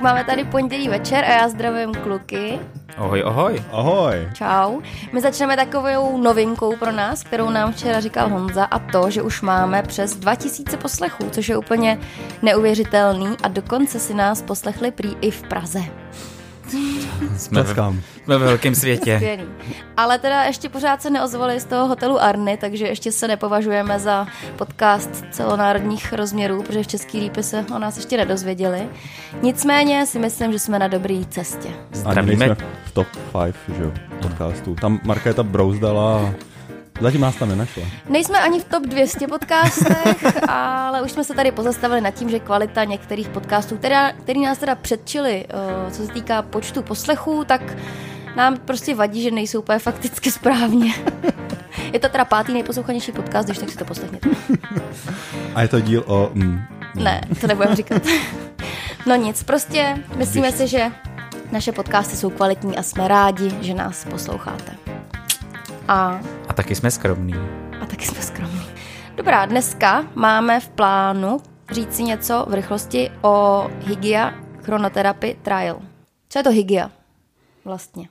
máme tady pondělí večer a já zdravím kluky. Ahoj, ahoj. Ahoj. Čau. My začneme takovou novinkou pro nás, kterou nám včera říkal Honza, a to, že už máme přes 2000 poslechů, což je úplně neuvěřitelný, a dokonce si nás poslechli prý i v Praze. Jsme ve velkém světě. Skvělý. Ale teda ještě pořád se neozvali z toho hotelu Arny, takže ještě se nepovažujeme za podcast celonárodních rozměrů, protože v Český lípy se o nás ještě nedozvěděli. Nicméně si myslím, že jsme na dobré cestě. Zdravíme. Jsme v top 5, že jo, podcastů. Tam Markéta brouzdala. Zatím nás tam nenašla. Nejsme ani v top 200 podcastech, ale už jsme se tady pozastavili nad tím, že kvalita některých podcastů, který nás teda předčili, co se týká počtu poslechů, tak nám prostě vadí, že nejsou úplně fakticky správně. Je to teda 5. nejposlouchanější podcast, když tak si to poslechněte. A je to díl o... Ne, to nebudeme říkat. No nic, prostě myslíme si, že naše podcasty jsou kvalitní a jsme rádi, že nás posloucháte. A taky jsme skromní. Dobrá, dneska máme v plánu říct si něco v rychlosti o Hygieia Chronotherapy Trial. Co je to Hygieia vlastně?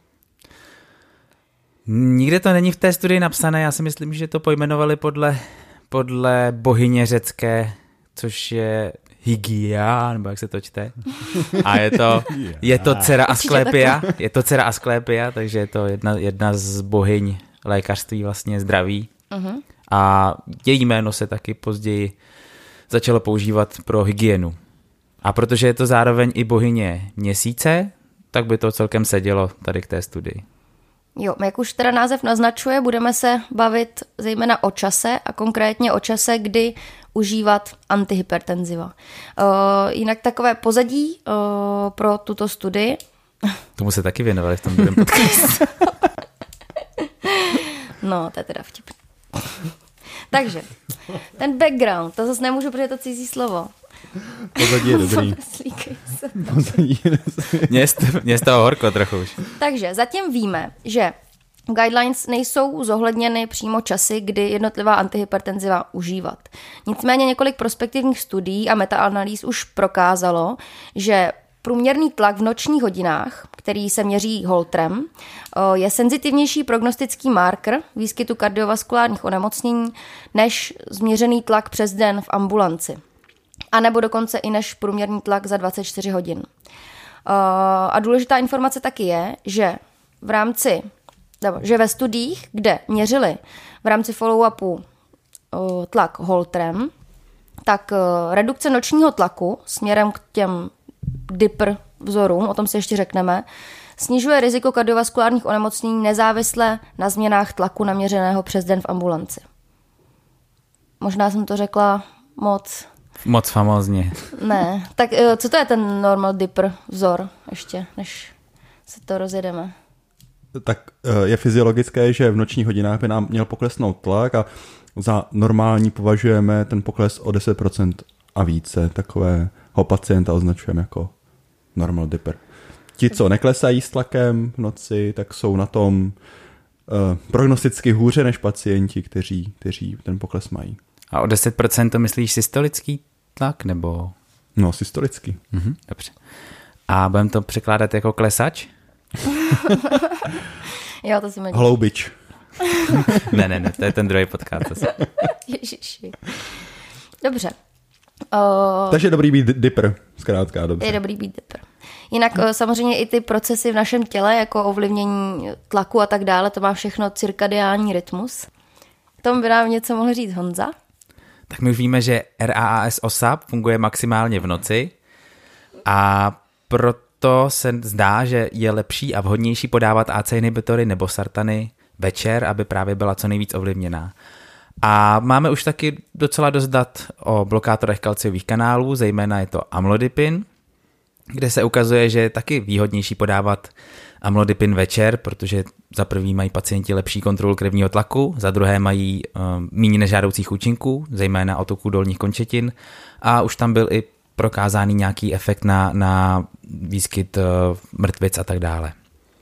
Nikde to není v té studii napsané, já si myslím, že to pojmenovali podle bohyně řecké, což je Hygieia, nebo jak se to čte. A je to dcera Asklepia, takže je to jedna z bohyň lékařství, vlastně zdraví. Uh-huh. A její jméno se taky později začalo používat pro hygienu. A protože je to zároveň i bohyně měsíce, tak by to celkem sedělo tady k té studii. Jo, jak už teda název naznačuje, budeme se bavit zejména o čase a konkrétně o čase, kdy užívat antihypertenziva. Jinak takové pozadí pro tuto studii. Tomu se taky věnovali v tom druhém podcastu. No, to je teda vtipný. Takže, ten background, to zase nemůžu, protože je to cizí slovo. Pozadí je dobrý. Mě z toho horko trochu už. Takže zatím víme, že v guidelines nejsou zohledněny přímo časy, kdy jednotlivá antihypertenziva užívat. Nicméně několik prospektivních studií a metaanalýz už prokázalo, že průměrný tlak v nočních hodinách, který se měří Holtrem, je senzitivnější prognostický marker výskytu kardiovaskulárních onemocnění než změřený tlak přes den v ambulanci. A nebo dokonce i než průměrný tlak za 24 hodin. A důležitá informace taky je, že ve studiích, kde měřili v rámci follow-upu tlak Holtrem, tak redukce nočního tlaku směrem k těm DIPR vzorům, o tom si ještě řekneme, snižuje riziko kardiovaskulárních onemocnění nezávisle na změnách tlaku naměřeného přes den v ambulanci. Možná jsem to řekla moc famózně. Ne, tak co to je ten normal DIPR vzor ještě, než se to rozjedeme? Tak je fyziologické, že v nočních hodinách by nám měl poklesnout tlak a za normální považujeme ten pokles o 10% a více. Takového pacienta označujeme jako normal DIPR. Ti, co neklesají s tlakem v noci, tak jsou na tom prognosticky hůře než pacienti, kteří ten pokles mají. A o 10% to myslíš systolický tlak, nebo? No, systolický. Dobře. A budeme to překládat jako klesač? Jo, to si mi... Hloubič. Ne, to je ten druhý podcast. Ježiši. Dobře. Takže je dobrý být dipper, zkrátka, dobře. Je dobrý být dipper. Jinak samozřejmě i ty procesy v našem těle, jako ovlivnění tlaku a tak dále, to má všechno cirkadiální rytmus. K tomu by nám něco mohl říct Honza? Tak my už víme, že RAAS osa funguje maximálně v noci a proto se zdá, že je lepší a vhodnější podávat AC inhibitory nebo sartany večer, aby právě byla co nejvíc ovlivněná. A máme už taky docela dost dat o blokátorech kalciových kanálů, zejména je to amlodipin, kde se ukazuje, že je taky výhodnější podávat amlodipin večer, protože za prvý mají pacienti lepší kontrolu krevního tlaku, za druhé mají méně nežádoucích účinků, zejména otoku dolních končetin, a už tam byl i prokázaný nějaký efekt na výskyt mrtvic a tak dále.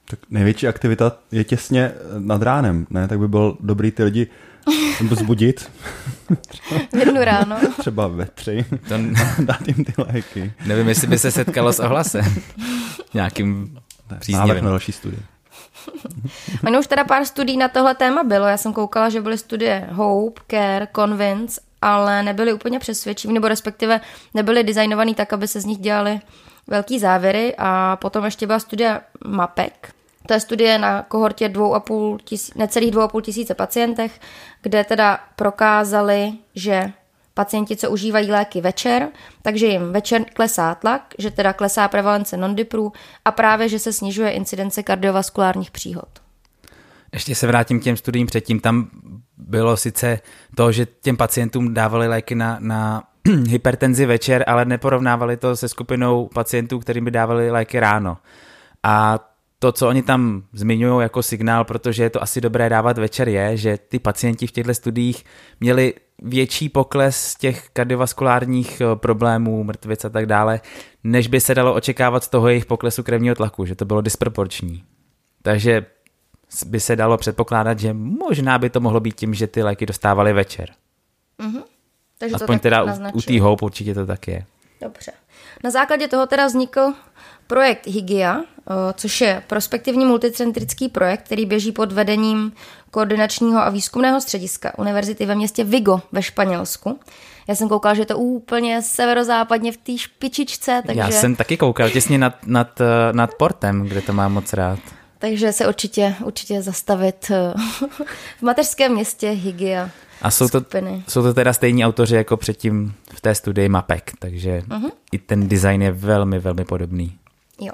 Tak největší aktivita je těsně nad ránem, ne? Tak by bylo dobrý ty lidi vzbudit. V 1 ráno. Třeba ve 3. Dát jim ty léky. Nevím, jestli by se setkalo s ohlasem. Nějakým příznivým. Návrh na další studie. Ono už teda pár studií na tohle téma bylo. Já jsem koukala, že byly studie Hope, Care, Convince, ale nebyly úplně přesvědčivý, nebo respektive nebyly designovaný tak, aby se z nich dělaly velký závěry. A potom ještě byla studie MAPEC. To je studie na kohortě necelých 2,5 tisíce pacientech, kde teda prokázali, že pacienti, co užívají léky večer, takže jim večer klesá tlak, že teda klesá prevalence non-diprů a právě, že se snižuje incidence kardiovaskulárních příhod. Ještě se vrátím k těm studiím předtím. Tam bylo sice to, že těm pacientům dávali léky na hypertenzi večer, ale neporovnávali to se skupinou pacientů, kterým by dávali léky ráno. A to, co oni tam zmiňují jako signál, protože je to asi dobré dávat večer, je, že ty pacienti v těchto studiích měli větší pokles těch kardiovaskulárních problémů, mrtvic a tak dále, než by se dalo očekávat z toho jejich poklesu krevního tlaku, že to bylo disproporční. Takže by se dalo předpokládat, že možná by to mohlo být tím, že ty léky dostávali večer. Mm-hmm. Takže aspoň to teda u té Hope určitě to tak je. Dobře. Na základě toho teda vznikl projekt Hygia, což je prospektivní multicentrický projekt, který běží pod vedením koordinačního a výzkumného střediska univerzity ve městě Vigo ve Španělsku. Já jsem koukala, že je to úplně severozápadně v té špičičce. Takže... Já jsem taky koukal těsně nad portem, kde to mám moc rád. Takže se určitě zastavit v mateřském městě Hygia. A jsou to teda stejní autoři jako předtím v té studii MAPEC, takže i ten design je velmi, velmi podobný. Jo.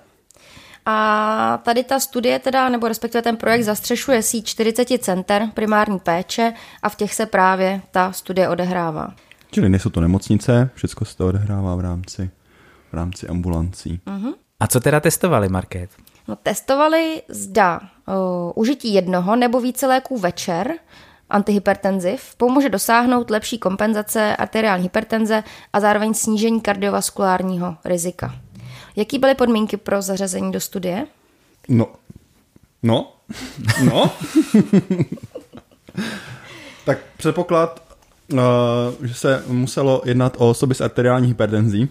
A tady ta studie teda, nebo respektive ten projekt zastřešuje síť 40 center primární péče a v těch se právě ta studie odehrává. Čili nejsou to nemocnice, všechno se to odehrává v rámci ambulancí. A co teda testovali, Markéto? No, testovali zda užití jednoho nebo více léků večer, antihypertenziv, pomůže dosáhnout lepší kompenzace arteriální hypertenze a zároveň snížení kardiovaskulárního rizika. Jaký byly podmínky pro zařazení do studie? No. Tak předpoklad, že se muselo jednat o osoby s arteriální hypertenzí.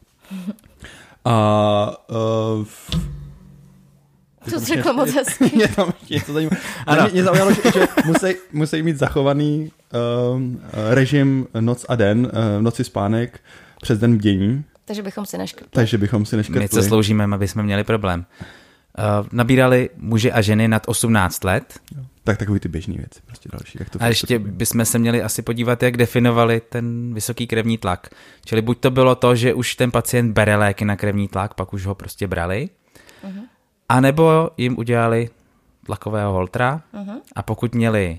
To se řeklo moc hezky. Mě tam něco zajímavé. Mě zaujalo, že musí mít zachovaný režim noc a den, v noci spánek, přes den bdění. Takže bychom si neškrtli. My co sloužíme, aby jsme měli problém. Nabírali muži a ženy nad 18 let. Tak takový ty běžný věci, prostě další. Jak to a ještě bychom se měli asi podívat, jak definovali ten vysoký krevní tlak. Čili buď to bylo to, že už ten pacient bere léky na krevní tlak, pak už ho prostě brali, a nebo jim udělali tlakového holtra a pokud měli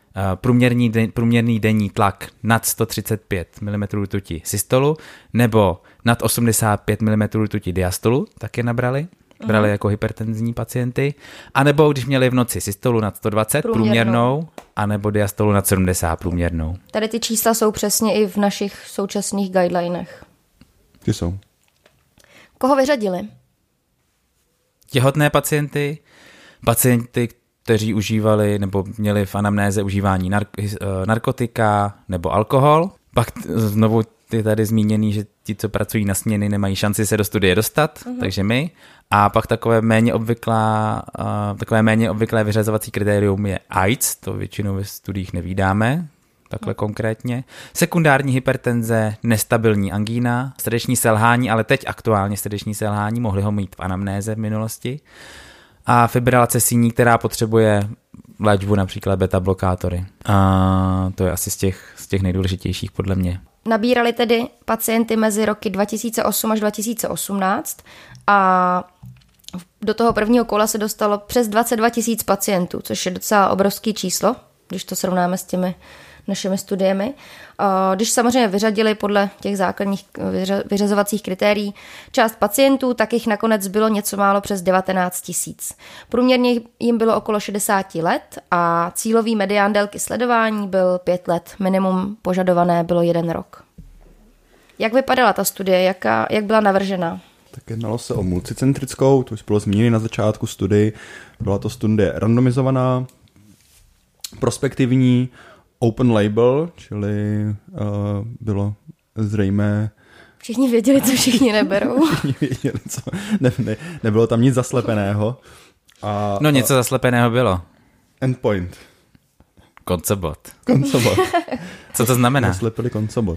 průměrný denní tlak nad 135 mm rtuti systolu nebo nad 85 mm rtuti diastolu, tak je nabrali. Brali jako hypertenzní pacienty. A nebo když měli v noci systolu nad 120 průměrnou a nebo diastolu nad 70 průměrnou. Tady ty čísla jsou přesně i v našich současných guidelinech. Ty jsou. Koho vyřadili? Těhotné pacienty, kteří užívali nebo měli v anamnéze užívání narkotika nebo alkohol. Pak znovu je tady zmíněný, že ti, co pracují na směny, nemají šanci se do studie dostat, takže my. A pak takové méně obvyklé vyřazovací kritérium je AIDS, to většinou ve studiích nevídáme, takhle konkrétně. Sekundární hypertenze, nestabilní angína, srdeční selhání, ale teď aktuálně srdeční selhání, mohli ho mít v anamnéze v minulosti. A fibrilace síní, která potřebuje léčbu, například beta-blokátory. A to je asi z těch nejdůležitějších podle mě. Nabírali tedy pacienty mezi roky 2008 až 2018 a do toho prvního kola se dostalo přes 22 000 pacientů, což je docela obrovský číslo, když to srovnáme s těmi našimi studiemi. Když samozřejmě vyřadili podle těch základních vyřazovacích kritérií část pacientů, tak jich nakonec bylo něco málo přes 19 000. Průměrně jim bylo okolo 60 let a cílový medián délky sledování byl 5 let. Minimum požadované bylo 1 rok. Jak vypadala ta studie? Jak byla navržena? Tak jednalo se o multicentrickou, to už bylo zmíněno na začátku studii. Byla to studie randomizovaná, prospektivní, open label, čili bylo zřejmé... Všichni věděli, co všichni neberou. Všichni věděli, co... Nebylo tam nic zaslepeného. No něco zaslepeného bylo. Endpoint. Koncobot. Co to znamená? Zaslepili koncobot.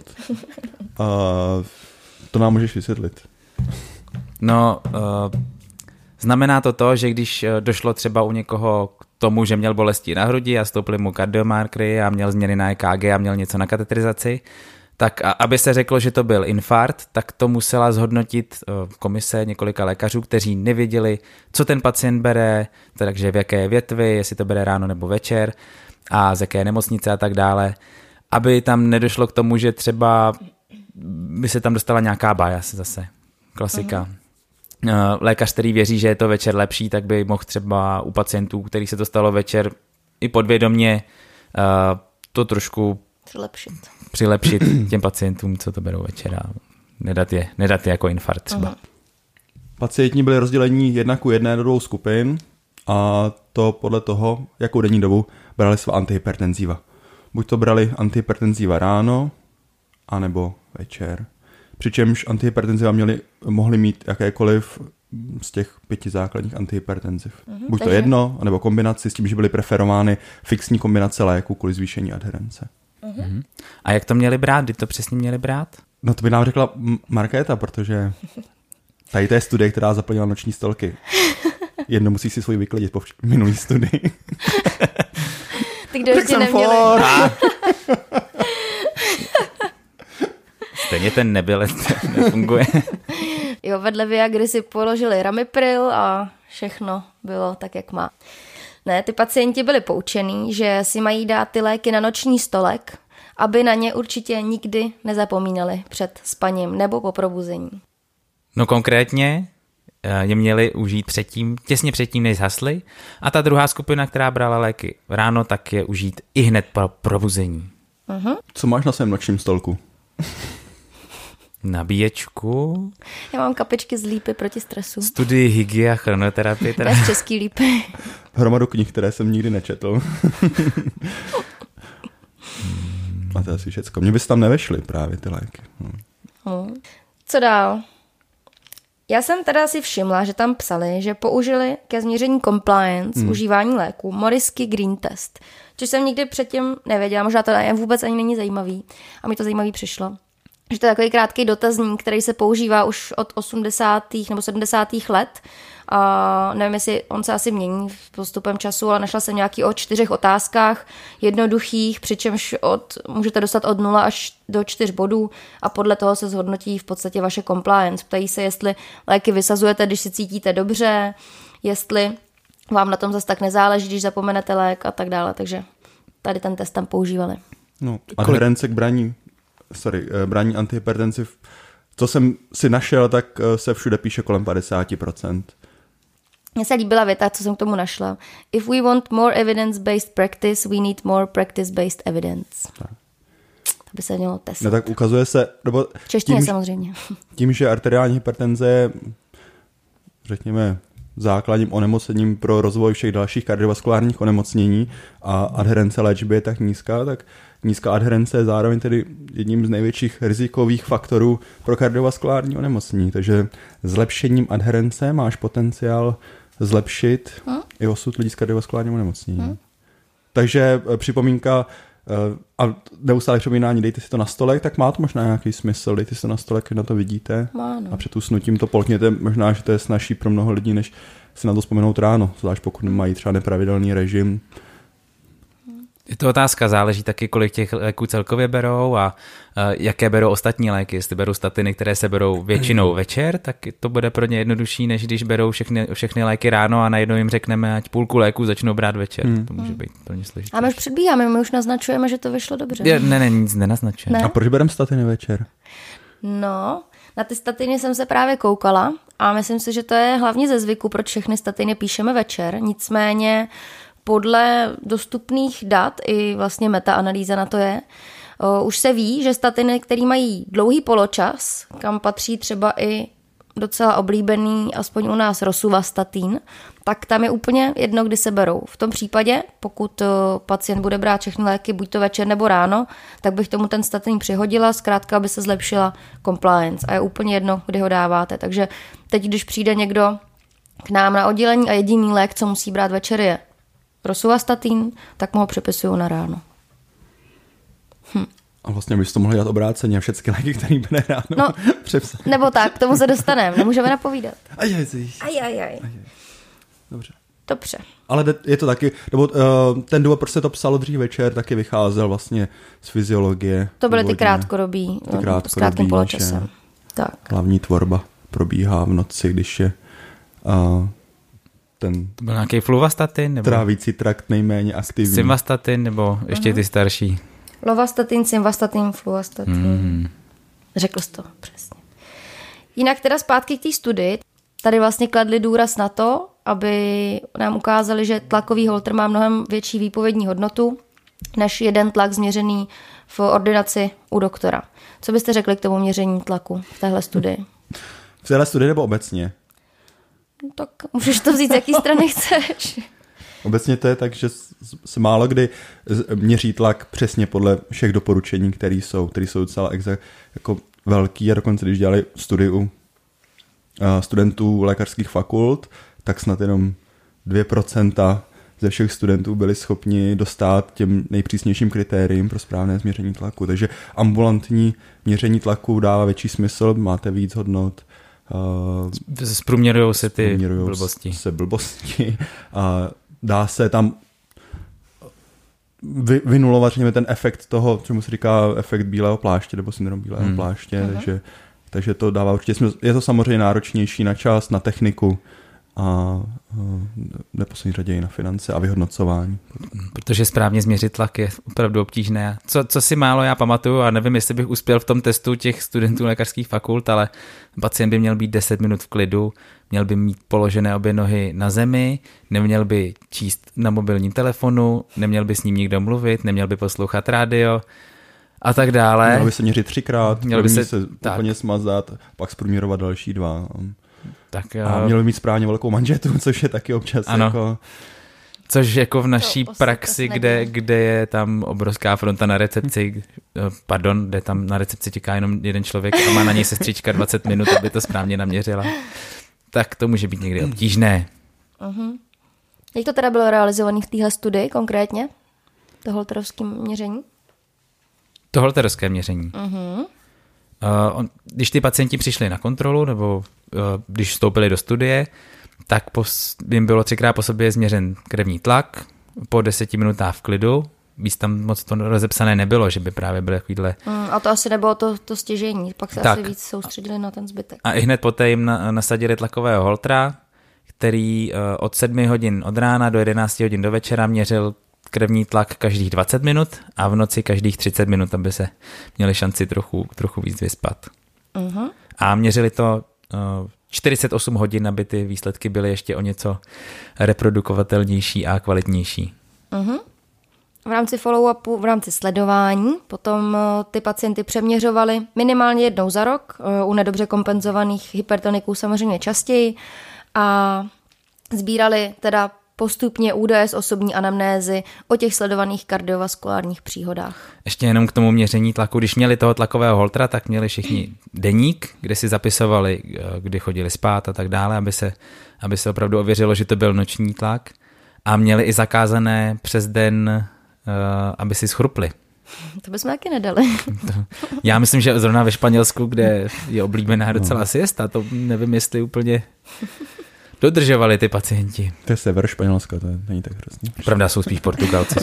To nám můžeš vysvětlit. No, znamená to, že když došlo třeba u někoho k tomu, že měl bolesti na hrudi a stouply mu kardiomarkery a měl změny na EKG a měl něco na kateterizaci, tak aby se řeklo, že to byl infarkt, tak to musela zhodnotit komise několika lékařů, kteří nevěděli, co ten pacient bere, takže v jaké větvi, jestli to bere ráno nebo večer a z jaké nemocnice a tak dále, aby tam nedošlo k tomu, že třeba by se tam dostala nějaká bias zase. Klasika. Lékař, který věří, že je to večer lepší, tak by mohl třeba u pacientů, který se to stalo večer i podvědomě, to trošku přilepšit těm pacientům, co to berou večer a nedat je jako infarkt třeba. Pacienti byli rozděleni 1:1 do 2 skupin a to podle toho, jakou denní dobu brali svá antihypertenziva. Buď to brali antihypertenziva ráno, anebo večer. Přičemž antihypertenziva mohli mít jakékoliv z těch 5 základních antihypertenziv. Buď to jedno, anebo kombinaci s tím, že byly preferovány fixní kombinace léků kvůli zvýšení adherence. A jak to měli brát? Kdy to přesně měli brát? No to by nám řekla Markéta, protože tady to je studie, která zaplnila noční stolky. Jedno musí si svůj vyklidit po minulý studii. Ty kdo ještě neměli... Stejně ten nefunguje. Jo, vedle Viagry si položili Ramipril a všechno bylo tak, jak má. Ne, ty pacienti byli poučení, že si mají dát ty léky na noční stolek, aby na ně určitě nikdy nezapomínali před spaním nebo po probuzení. No konkrétně je měli užít těsně předtím, než zhasli, a ta druhá skupina, která brala léky ráno, tak je užít i hned po probuzení. Co máš na svém nočním stolku? Nabíječku. Já mám kapičky z lípy proti stresu. Studii hygie a chronoterapie. Teda. Bez český lípy. Hromadu knih, které jsem nikdy nečetl. A to je asi všecko. Mně bys tam nevešly právě ty léky. Co dál? Já jsem teda si všimla, že tam psali, že použili ke změření compliance užívání léků Morisky Green Test, což jsem nikdy předtím nevěděla, možná to vůbec ani není zajímavý a mi to zajímavý přišlo. Že to je takový krátký dotazník, který se používá už od 80. nebo 70. let. A nevím, jestli on se asi mění v postupem času, ale našla jsem nějaký o 4 otázkách jednoduchých, přičemž můžete dostat od 0 až do 4 bodů a podle toho se zhodnotí v podstatě vaše compliance. Ptají se, jestli léky vysazujete, když si cítíte dobře, jestli vám na tom zase tak nezáleží, když zapomenete lék a tak dále. Takže tady ten test tam používali. No, adherence k brání antihypertenziv, co jsem si našel, tak se všude píše kolem 50%. Mně se líbila věta, co jsem k tomu našla. If we want more evidence-based practice, we need more practice-based evidence. Tak. To by se mělo testovat. No tak ukazuje se... V češtině samozřejmě. Tím, že arteriální hypertenze je, řekněme, základním onemocněním pro rozvoj všech dalších kardiovaskulárních onemocnění a adherence léčby je tak nízká, tak nízká adherence je zároveň tedy jedním z největších rizikových faktorů pro kardiovaskulární onemocnění. Takže zlepšením adherence máš potenciál zlepšit i osud lidí s kardiovaskulárním onemocněním. Takže připomínka a neustále připomínání, dejte si to na stolek, tak má to možná nějaký smysl, dejte si to na stolek, na to vidíte a před usnutím to polkněte, možná, že to je snazší pro mnoho lidí, než si na to vzpomenout ráno, zvlášť pokud mají třeba nepravidelný režim. Je to otázka, záleží taky, kolik těch léků celkově berou a jaké berou ostatní léky. Jestli berou statiny, které se berou většinou večer, tak to bude pro ně jednodušší, než když berou všechny léky ráno a najednou jim řekneme, ať půlku léků začnou brát večer. To může být pro ně složité. A my už předbíháme, my už naznačujeme, že to vyšlo dobře. Ne, nic nenaznačujeme. Ne? A proč bereme statiny večer? No, na ty statiny jsem se právě koukala a myslím si, že to je hlavně ze zvyku, proč všechny statiny píšeme večer. Nicméně podle dostupných dat, i vlastně metaanalýza na to je, už se ví, že statiny, které mají dlouhý poločas, kam patří třeba i docela oblíbený, aspoň u nás rosuvastatin, tak tam je úplně jedno, kdy se berou. V tom případě, pokud pacient bude brát všechny léky, buď to večer nebo ráno, tak bych tomu ten statin přihodila, zkrátka, aby se zlepšila compliance. A je úplně jedno, kdy ho dáváte. Takže teď, když přijde někdo k nám na oddělení a jediný lék, co musí brát večer, je rosuvastatin, tak mu ho přepisuju na ráno. A vlastně bys to mohli dělat obráceně, všechny léky, které bude ráno No, přepsat. nebo tak, k tomu se dostaneme, nemůžeme napovídat. Aj. Dobře. Dobře. Ale je to taky, nebo ten důvod, proč se to psalo dřív večer, taky vycházel vlastně z fyziologie. To byly ty krátkodobí, s krátkým poločasem. Tak. Hlavní tvorba probíhá v noci, když je ten... To byl nějaký fluvastatin? Nebo trávící trakt nejméně aktivní. Simvastatin, nebo ještě ty starší? Lovastatin, simvastatin, fluvastatin. Řekl jsi to přesně. Jinak teda zpátky k té studii. Tady vlastně kladli důraz na to, aby nám ukázali, že tlakový holter má mnohem větší výpovědní hodnotu než jeden tlak změřený v ordinaci u doktora. Co byste řekli k tomu měření tlaku v téhle studii? V téhle studii nebo obecně? Tak můžeš to vzít z jaký strany chceš. Obecně to je tak, že se málo kdy měří tlak přesně podle všech doporučení, které jsou docela jako velký, a dokonce když dělali studii u studentů lékařských fakult, tak snad jenom 2% ze všech studentů byli schopni dostat těm nejpřísnějším kritériím pro správné změření tlaku. Takže ambulantní měření tlaku dává větší smysl, máte víc hodnot. Zprůměrujou se ty blbosti. A dá se tam vynulovat ten efekt toho, čemu se říká efekt bílého pláště, nebo syndrom bílého pláště, takže to dává určitě smysl. Je to samozřejmě náročnější na čas, na techniku a v neposlední řadě i na finance a vyhodnocování. Protože správně změřit tlak je opravdu obtížné. Co si málo já pamatuju, a nevím, jestli bych uspěl v tom testu těch studentů lékařských fakult, ale pacient by měl být 10 minut v klidu, měl by mít položené obě nohy na zemi, neměl by číst na mobilním telefonu, neměl by s ním nikdo mluvit, neměl by poslouchat rádio a tak dále. Měl by se měřit 3krát, měl by se úplně smazat, pak zprůměrovat další 2. Tak, a měl by mít správně velkou manžetu, což je taky občas jako... Což jako v naší praxi, kde je tam obrovská fronta na recepci, kde tam na recepci čeká jenom jeden člověk a má na něj sestřička 20 minut, aby to správně naměřila, tak to může být někdy obtížné. Jak to teda bylo realizované v téhle studii konkrétně? To holterovské měření? To holterovské měření. Když ty pacienti přišli na kontrolu, nebo když vstoupili do studie, tak jim bylo 3krát po sobě změřen krevní tlak, po 10 minutách v klidu, víc tam moc to rozepsané nebylo, že by právě byly takovýhle... A to asi nebylo to stěžení, pak se asi víc soustředili na ten zbytek. A i hned poté jim nasadili tlakového holtra, který od 7 hodin od rána do 11 hodin do večera měřil krevní tlak každých 20 minut a v noci každých 30 minut, aby se měli šanci trochu víc vyspat. A měřili to 48 hodin, aby ty výsledky byly ještě o něco reprodukovatelnější a kvalitnější. V rámci follow-upu, v rámci sledování, potom ty pacienty přeměřovali minimálně jednou za rok, u nedobře kompenzovaných hypertoniků samozřejmě častěji, a sbírali teda postupně údaje z osobní anamnézy o těch sledovaných kardiovaskulárních příhodách. Ještě jenom k tomu měření tlaku. Když měli toho tlakového holtra, tak měli všichni deník, kde si zapisovali, kdy chodili spát a tak dále, aby se opravdu ověřilo, že to byl noční tlak. A měli i zakázané přes den, aby si schrupli. To bychom taky nedali. Já myslím, že zrovna ve Španělsku, kde je oblíbená docela siesta, to nevím, jestli úplně dodržovali ty pacienti. To je sever Španělska, to není tak hrozný. Pravda, jsou spíš Portugalci.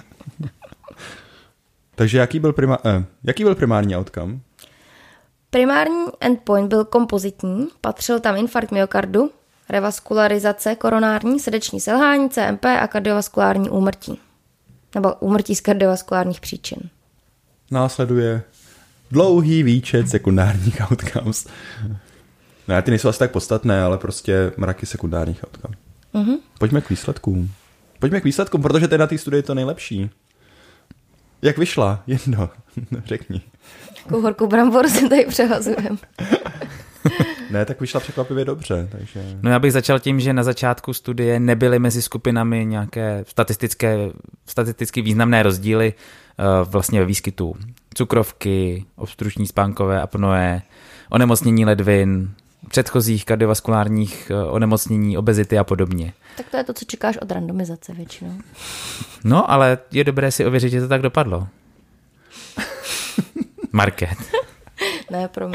Takže jaký byl primární outcome? Primární endpoint byl kompozitní, patřil tam infarkt myokardu, revaskularizace koronární, srdeční selhání, CMP a kardiovaskulární úmrtí. Nebo úmrtí z kardiovaskulárních příčin. Následuje dlouhý výčet sekundárních outcomes. No, ty nejsou asi tak podstatné, ale prostě mraky sekundárních outcomes. Pojďme k výsledkům, protože to je na té studii to nejlepší. Jak vyšla? Jedno. Řekni. Jakou horkou bramboru si tady přehazujeme. Ne, tak vyšla překvapivě dobře. Takže... No já bych začal tím, že na začátku studie nebyly mezi skupinami nějaké statisticky významné rozdíly vlastně ve výskytu cukrovky, obstrukční spánkové apnoe, onemocnění ledvin, předchozích kardiovaskulárních onemocnění, obezity a podobně. Tak to je to, co čekáš od randomizace většinou. No, ale je dobré si ověřit, že to tak dopadlo. Market. Ne, promiň.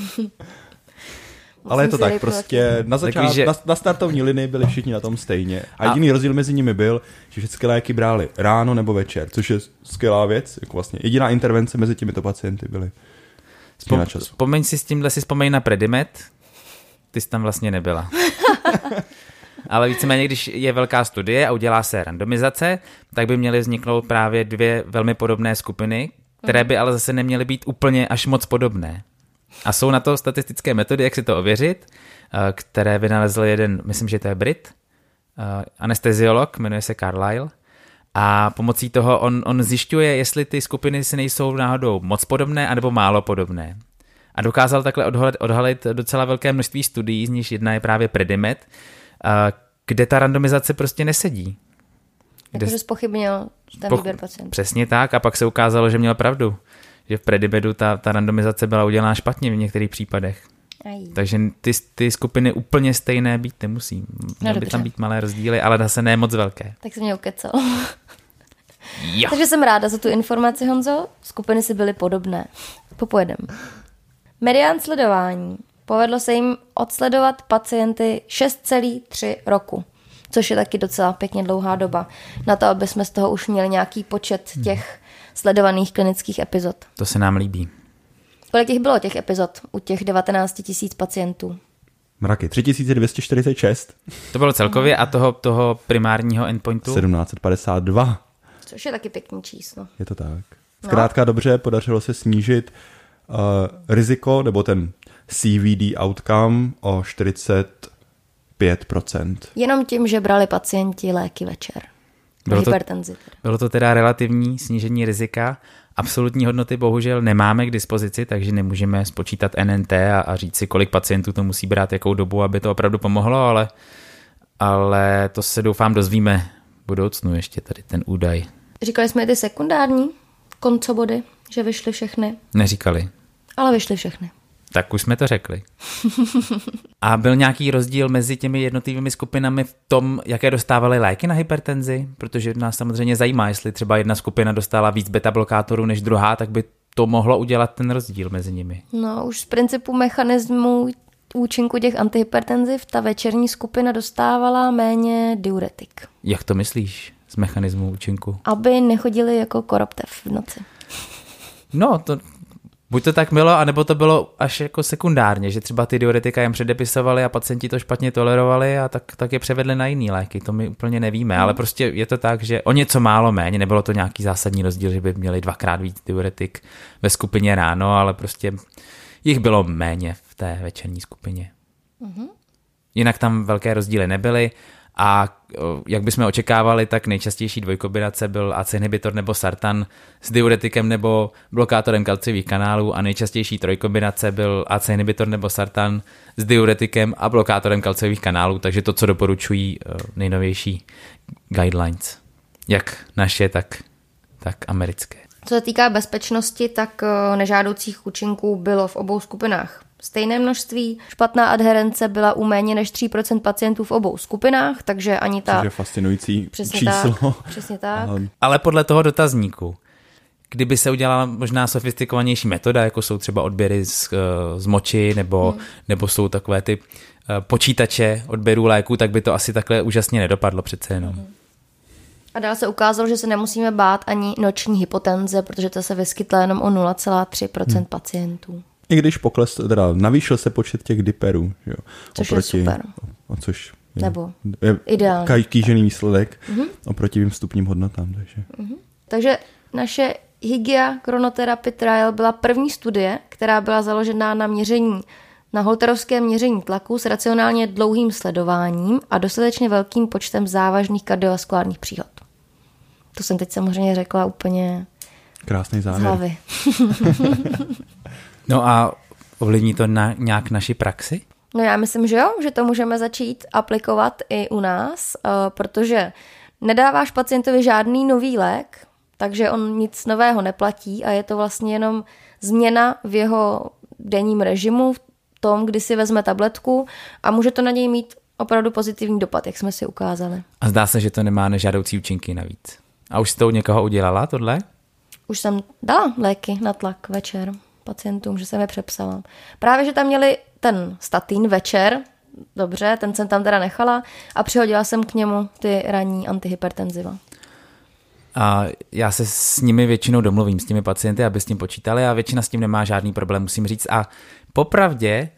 Ale je to tak, prostě na startovní linii byli všichni na tom stejně. A jediný rozdíl mezi nimi byl, že všechny léky brali ráno nebo večer, což je skvělá věc. Jako vlastně jediná intervence mezi těmito pacienty byly na času. Vzpomeň si s tímhle na Predimet, ty jsi tam vlastně nebyla. Ale víceméně, když je velká studie a udělá se randomizace, tak by měly vzniknout právě 2 velmi podobné skupiny, které by ale zase neměly být úplně až moc podobné. A jsou na to statistické metody, jak si to ověřit, které vynalezl jeden, myslím, že to je Brit, anesteziolog, jmenuje se Carlyle, a pomocí toho on zjišťuje, jestli ty skupiny si nejsou náhodou moc podobné, anebo málo podobné. A dokázal takhle odhalit docela velké množství studií, z níž jedna je právě Predimet, kde ta randomizace prostě nesedí. Takže zpochybnil ten výběr pacientů. Přesně tak, a pak se ukázalo, že měl pravdu. Že v Predimedu ta randomizace byla udělána špatně v některých případech. Takže ty skupiny úplně stejné být nemusí. Měly by tam být malé rozdíly, ale zase ne moc velké. Tak jsem mě ukecal. Takže jsem ráda za tu informaci, Honzo. Skupiny si byly podobné. Popojedem. Medián sledování. Povedlo se jim odsledovat pacienty 6,3 roku, což je taky docela pěkně dlouhá doba. Na to, aby jsme z toho už měli nějaký počet těch sledovaných klinických epizod. To se nám líbí. Kolik těch bylo těch epizod u těch 19 000 pacientů? Mraky, 3246. To bylo celkově a toho primárního endpointu? 1752. Což je taky pěkný číslo. Je to tak. Zkrátka dobře, podařilo se snížit riziko, nebo ten CVD outcome o 45%. Jenom tím, že brali pacienti léky večer. Bylo to teda relativní snížení rizika. Absolutní hodnoty bohužel nemáme k dispozici, takže nemůžeme spočítat NNT a říct si, kolik pacientů to musí brát, jakou dobu, aby to opravdu pomohlo, ale to se doufám dozvíme v budoucnu ještě tady ten údaj. Říkali jsme ty sekundární koncobody, že vyšly všechny? Neříkali. Ale vyšly všechny. Tak už jsme to řekli. A byl nějaký rozdíl mezi těmi jednotlivými skupinami v tom, jaké dostávaly léky na hypertenzi? Protože nás samozřejmě zajímá, jestli třeba jedna skupina dostala víc beta-blokátorů než druhá, tak by to mohlo udělat ten rozdíl mezi nimi. No, už z principu mechanismu účinku těch antihypertenziv ta večerní skupina dostávala méně diuretik. Jak to myslíš z mechanismu účinku? Aby nechodili jako koroptev v noci. No, buď to tak bylo, anebo to bylo až jako sekundárně, že třeba ty diuretika jim předepisovali a pacienti to špatně tolerovali a tak je převedli na jiný léky. To my úplně nevíme, ale prostě je to tak, že o něco málo méně, nebylo to nějaký zásadní rozdíl, že by měli 2x víc diuretik ve skupině ráno, ale prostě jich bylo méně v té večerní skupině. Jinak tam velké rozdíly nebyly. A jak bychom očekávali, tak nejčastější dvojkombinace byl AC inhibitor nebo sartan s diuretikem nebo blokátorem kalciových kanálů a nejčastější trojkombinace byl AC inhibitor nebo sartan s diuretikem a blokátorem kalciových kanálů, takže to, co doporučují nejnovější guidelines. Jak naše, tak americké. Co se týká bezpečnosti, tak nežádoucích účinků bylo v obou skupinách stejné množství. Špatná adherence byla u méně než 3% pacientů v obou skupinách, takže ani ta... Což je fascinující číslo. Přesně tak. Ale podle toho dotazníku, kdyby se udělala možná sofistikovanější metoda, jako jsou třeba odběry z moči, nebo jsou takové ty počítače odběrů léků, tak by to asi takhle úžasně nedopadlo přece jenom. A dál se ukázalo, že se nemusíme bát ani noční hypotenze, protože to se vyskytla jenom o 0,3% pacientů. I když navýšil se počet těch diperů. Jo, což je super. Což je ideální. Kýžený výsledek oproti tím vstupním hodnotám. Takže naše Hygia Chronotherapy Trial byla první studie, která byla založená na holterovském měření tlaku s racionálně dlouhým sledováním a dostatečně velkým počtem závažných kardiovaskulárních příhod. To jsem teď samozřejmě řekla úplně krásný závěr. Z hlavy. No a ovlivní to nějak naši praxi? No já myslím, že jo, že to můžeme začít aplikovat i u nás, protože nedáváš pacientovi žádný nový lék, takže on nic nového neplatí a je to vlastně jenom změna v jeho denním režimu, v tom, kdy si vezme tabletku a může to na něj mít opravdu pozitivní dopad, jak jsme si ukázali. A zdá se, že to nemá nežádoucí účinky navíc. A už jsi to u někoho udělala, tohle? Už jsem dala léky na tlak večer pacientům, že jsem je přepsala. Právě, že tam měli ten statin večer, dobře, ten jsem tam teda nechala a přihodila jsem k němu ty ranní antihypertenziva. A já se s nimi většinou domluvím, s těmi pacienty, aby s tím počítali a většina s tím nemá žádný problém, musím říct. A popravdě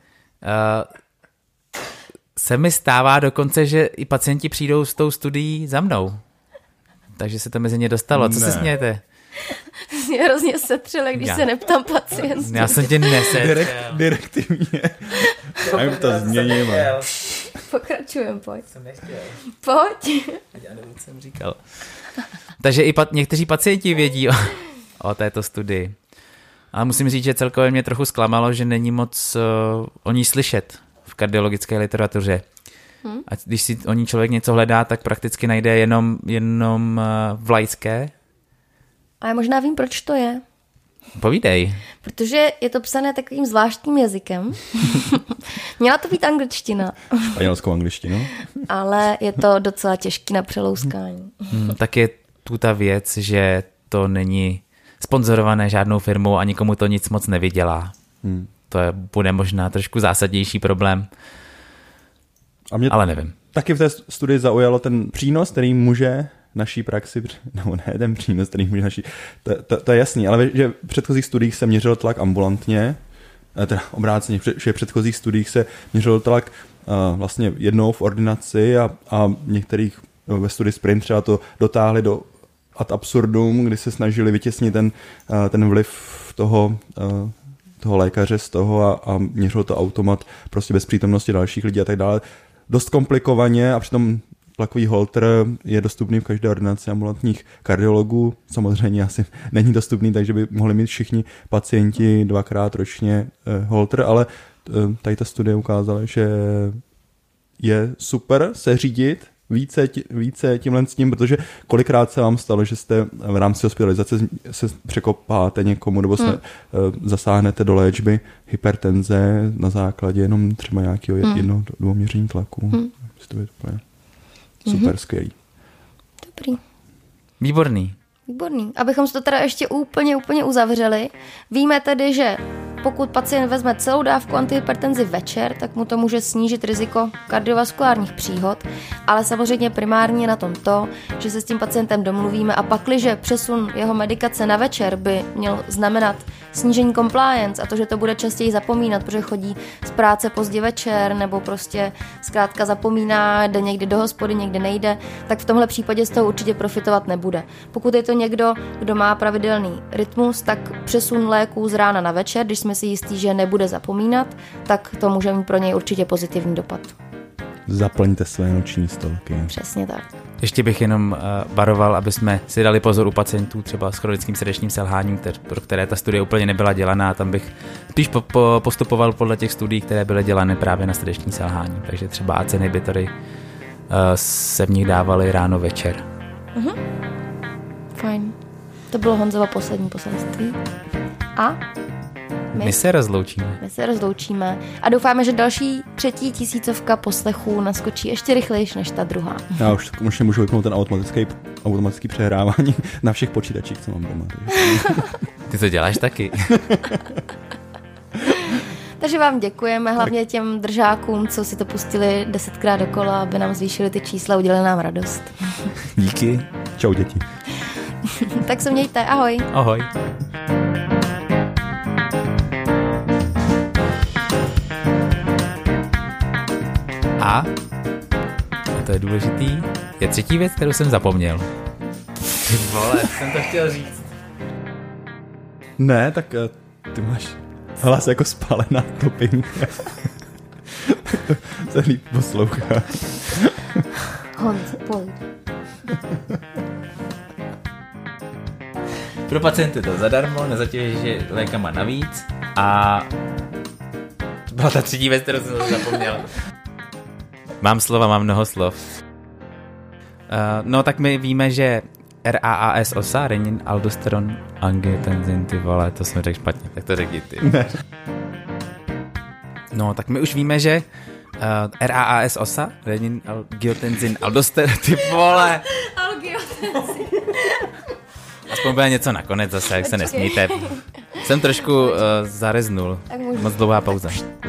se mi stává dokonce, že i pacienti přijdou s tou studií za mnou. Takže se to mezi ně dostalo. Co se smějete? Mě hrozně setřele, když se neptám pacientů. Já jsem tě nesetřel. Direktivně. Já jim to změním. Pokračujem, pojď. Jsem nechtěl. Pojď. Já nevím, co jsem říkal. Takže i někteří pacienti vědí o této studii. Ale musím říct, že celkově mě trochu zklamalo, že není moc o ní slyšet v kardiologické literatuře. A když si o ní člověk něco hledá, tak prakticky najde jenom v laické. A já možná vím, proč to je. Povídej. Protože je to psané takovým zvláštním jazykem. Měla to být angličtina. Španělskou angličtinu. Ale je to docela těžký na přelouskání. Tak je tu ta věc, že to není sponzorované žádnou firmou a nikomu to nic moc nevydělá. Bude možná trošku zásadnější problém. Ale nevím. Taky v té studii zaujalo ten přínos, který může naší praxi, no ne ten přínos, který může naší, to je jasný, ale že v předchozích studiích se měřil tlak ambulantně, teda obráceně, že v předchozích studiích se měřil tlak vlastně jednou v ordinaci a některých ve studii Sprint třeba to dotáhli do ad absurdum, kdy se snažili vytěsnit ten vliv toho lékaře z toho a měřil to automat prostě bez přítomnosti dalších lidí a tak dále. Dost komplikovaně a přitom tlakový holter je dostupný v každé ordinaci ambulantních kardiologů. Samozřejmě asi není dostupný, takže by mohli mít všichni pacienti 2x ročně holter, ale tady ta studie ukázala, že je super se řídit více tímhle s tím, protože kolikrát se vám stalo, že jste v rámci hospitalizace se překopáte někomu nebo se zasáhnete do léčby hypertenze na základě jenom třeba nějakého jednoho dvouměření tlaku. To je úplně super, skvělý. Dobrý. Výborný. Abychom si to teda ještě úplně uzavřeli. Víme tedy, že pokud pacient vezme celou dávku antihypertenzi večer, tak mu to může snížit riziko kardiovaskulárních příhod, ale samozřejmě primárně na tom to, že se s tím pacientem domluvíme a pakliže přesun jeho medikace na večer by měl znamenat snížení compliance a to, že to bude častěji zapomínat, protože chodí z práce pozdě večer nebo prostě zkrátka zapomíná, jde někdy do hospody, někdy nejde, tak v tomhle případě z toho určitě profitovat nebude. Pokud je to někdo, kdo má pravidelný rytmus, tak přesun léků z rána na večer, když jsme si jistí, že nebude zapomínat, tak to může mít pro něj určitě pozitivní dopad. Zaplňte své noční stolky. Přesně tak. Ještě bych jenom varoval, aby jsme si dali pozor u pacientů třeba s chronickým srdečním selháním, pro které ta studie úplně nebyla dělaná. Tam bych spíš postupoval podle těch studií, které byly dělané právě na srdeční selhání. Takže třeba ACE inhibitory se v nich dávaly ráno večer. Fajn. To bylo Honzovo poslední poselství. A my se rozloučíme a doufáme, že další 3 000 poslechů naskočí ještě rychlejší než ta druhá. Já už můžu vypnout ten automatický přehrávání na všech počítačích, co mám doma. Ty to děláš taky. Takže vám děkujeme, hlavně těm držákům, co si to pustili 10krát dokola, aby nám zvýšili ty čísla, udělali nám radost. Díky. Čau děti. Tak se mějte, ahoj. Ahoj. A to je důležitý, je třetí věc, kterou jsem zapomněl. Ty vole, jsem to chtěl říct. Ne, tak ty máš hlas jako spálená topinka. Se líp poslouchá. Honzo, pojď. Pro pacienty to zadarmo, nezatěží lékama navíc a byla ta třetí věc, kterou jsem zapomněl. Mám slova, mám mnoho slov. No tak my víme, že RAAS osa, renin, aldosteron, angiotensin, ty vole, to jsem řekl špatně, tak to řekni ty. Ne. No tak my už víme, že RAAS osa, renin, angiotensin, aldosteron, ty vole. Angiotensin. Aspoň bude něco nakonec zase, jak se nesmíte. Jsem trošku zareznul. Moc dlouhá pauza.